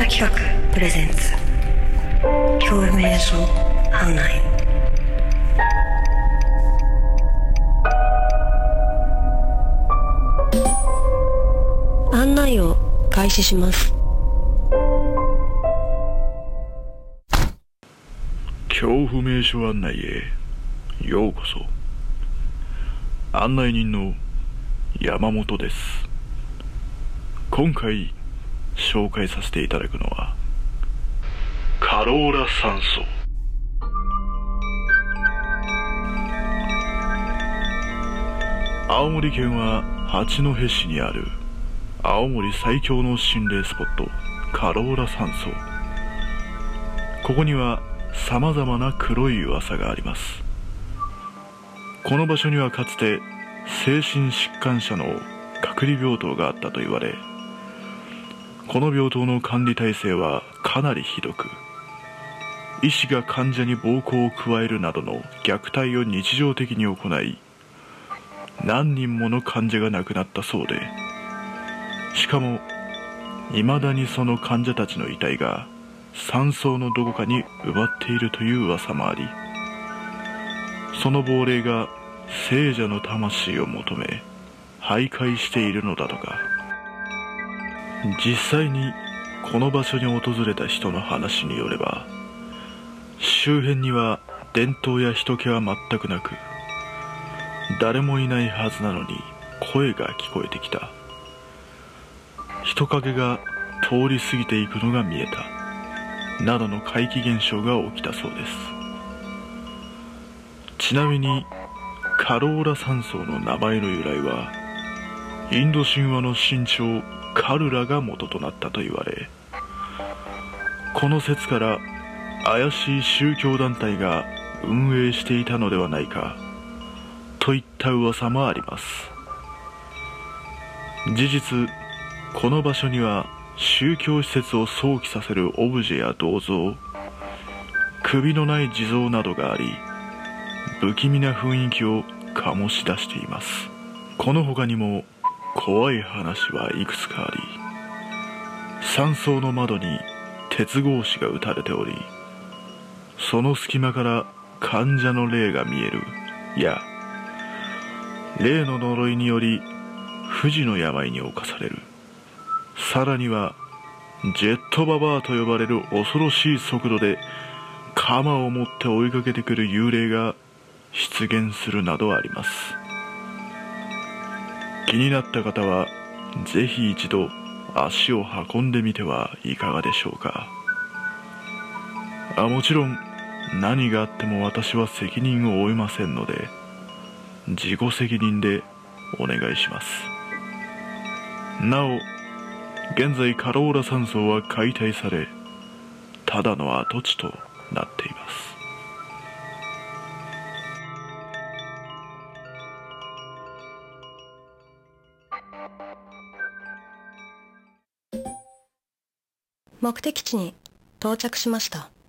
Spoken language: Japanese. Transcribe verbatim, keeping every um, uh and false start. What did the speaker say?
企画プレゼンツ恐怖瞑想案内。案内を開始します。 恐怖名所案内へようこそ。案内人の山本です。今回紹介させていただくのはカローラ山荘。青森県は八戸市にある青森最強の心霊スポットカローラ山荘。ここには様々な黒い噂があります。この場所にはかつて精神疾患者の隔離病棟があったと言われ、この病棟の管理体制はかなりひどく、医師が患者に暴行を加えるなどの虐待を日常的に行い、何人もの患者が亡くなったそうで、しかも未だにその患者たちの遺体が山荘のどこかに奪っているという噂もあり、その亡霊が聖者の魂を求め徘徊しているのだとか。実際にこの場所に訪れた人の話によれば、周辺には電灯や人気は全くなく、誰もいないはずなのに声が聞こえてきた、人影が通り過ぎていくのが見えたなどの怪奇現象が起きたそうです。ちなみにカローラ山荘の名前の由来はインド神話の神鳥カルラが元となったと言われ、この説から怪しい宗教団体が運営していたのではないかといった噂もあります。事実この場所には宗教施設を想起させるオブジェや銅像、首のない地蔵などがあり、不気味な雰囲気を醸し出しています。この他にも怖い話はいくつかあり、山荘の窓に鉄格子が打たれており、その隙間から患者の霊が見えるや、霊の呪いにより不治の病に侵される、さらにはジェットババアと呼ばれる恐ろしい速度で鎌を持って追いかけてくる幽霊が出現するなどあります。気になった方はぜひ一度足を運んでみてはいかがでしょうか。あもちろん何があっても私は責任を負いませんので、自己責任でお願いします。なお現在カローラ山荘は解体され、ただの跡地となっています。 目的地に到着しました。